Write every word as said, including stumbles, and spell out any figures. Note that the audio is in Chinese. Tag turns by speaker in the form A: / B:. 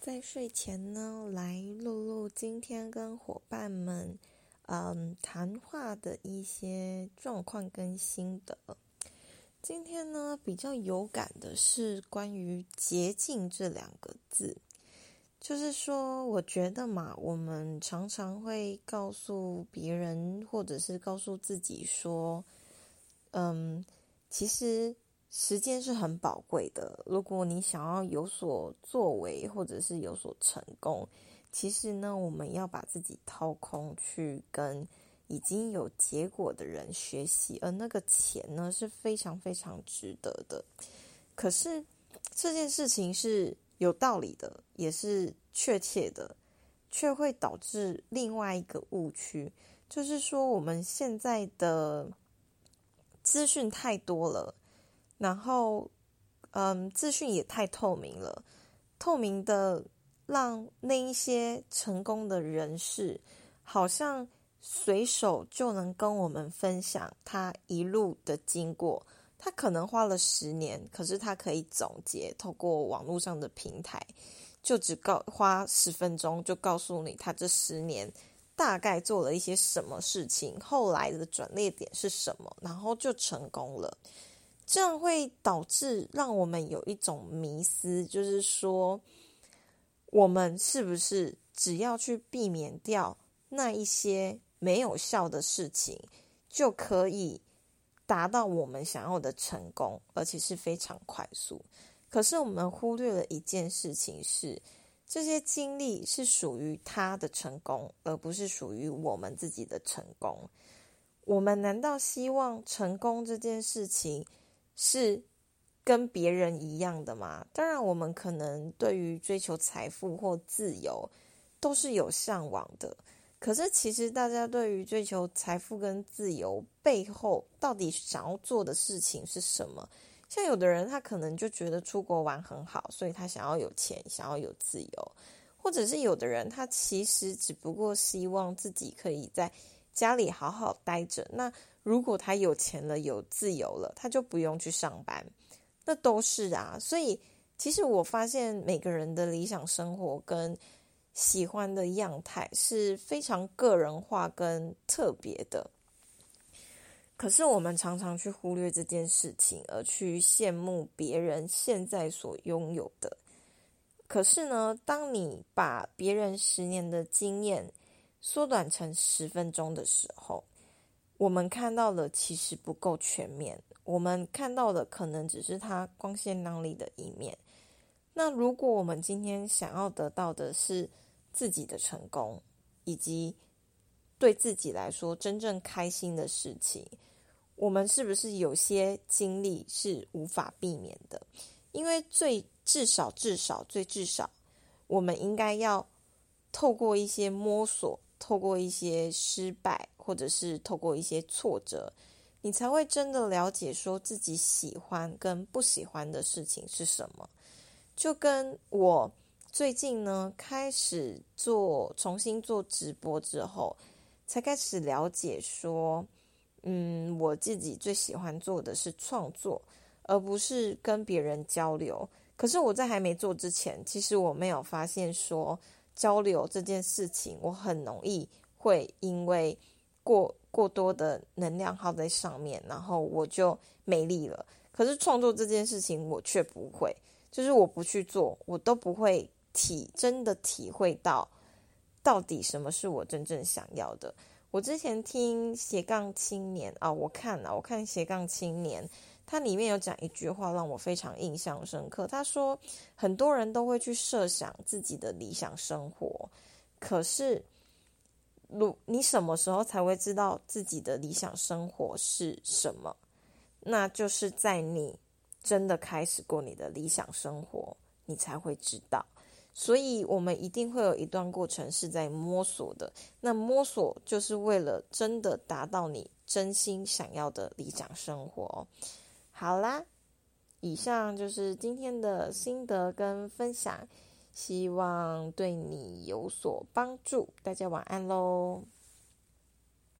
A: 在睡前呢，来录录今天跟伙伴们嗯谈话的一些状况跟心得。今天呢，比较有感的是关于捷径这两个字。就是说，我觉得嘛，我们常常会告诉别人，或者是告诉自己说，嗯，其实时间是很宝贵的。如果你想要有所作为，或者是有所成功，其实呢，我们要把自己掏空，去跟已经有结果的人学习，而那个钱呢，是非常非常值得的。可是这件事情是有道理的，也是确切的，却会导致另外一个误区，就是说我们现在的资讯太多了，然后嗯，资讯也太透明了，透明的让那一些成功的人士好像随手就能跟我们分享他一路的经过。他可能花了十年，可是他可以总结，透过网络上的平台，就只告花十分钟就告诉你他这十年大概做了一些什么事情，后来的转捩点是什么，然后就成功了。这样会导致让我们有一种迷思，就是说我们是不是只要去避免掉那一些没有效的事情，就可以达到我们想要的成功，而且是非常快速。可是我们忽略了一件事情是，这些经历是属于他的成功，而不是属于我们自己的成功。我们难道希望成功这件事情是跟别人一样的吗？当然，我们可能对于追求财富或自由都是有向往的。可是其实大家对于追求财富跟自由背后到底想要做的事情是什么？像有的人他可能就觉得出国玩很好，所以他想要有钱，想要有自由。或者是有的人他其实只不过希望自己可以在家里好好待着。那如果他有钱了，有自由了，他就不用去上班。那都是啊。所以其实我发现每个人的理想生活跟喜欢的样态是非常个人化跟特别的，可是我们常常去忽略这件事情，而去羡慕别人现在所拥有的。可是呢，当你把别人十年的经验缩短成十分钟的时候，我们看到的其实不够全面，我们看到的可能只是他光鲜亮丽的一面。那如果我们今天想要得到的是自己的成功，以及对自己来说真正开心的事情，我们是不是有些经历是无法避免的？因为最至少至少最至少，我们应该要透过一些摸索，透过一些失败，或者是透过一些挫折，你才会真的了解说自己喜欢跟不喜欢的事情是什么。就跟我最近呢开始做重新做直播之后，才开始了解说，嗯，我自己最喜欢做的是创作，而不是跟别人交流。可是我在还没做之前，其实我没有发现说交流这件事情，我很容易会因为过过多的能量耗在上面，然后我就没力了。可是创作这件事情，我却不会。就是我不去做，我都不会体真的体会到到底什么是我真正想要的。我之前听斜杠青年啊，我看了，我看斜杠青年，它里面有讲一句话让我非常印象深刻。他说，很多人都会去设想自己的理想生活，可是，如你什么时候才会知道自己的理想生活是什么？那就是在你真的开始过你的理想生活，你才会知道。所以我们一定会有一段过程是在摸索的，那摸索就是为了真的达到你真心想要的理想生活。好啦，以上就是今天的心得跟分享，希望对你有所帮助。大家晚安咯。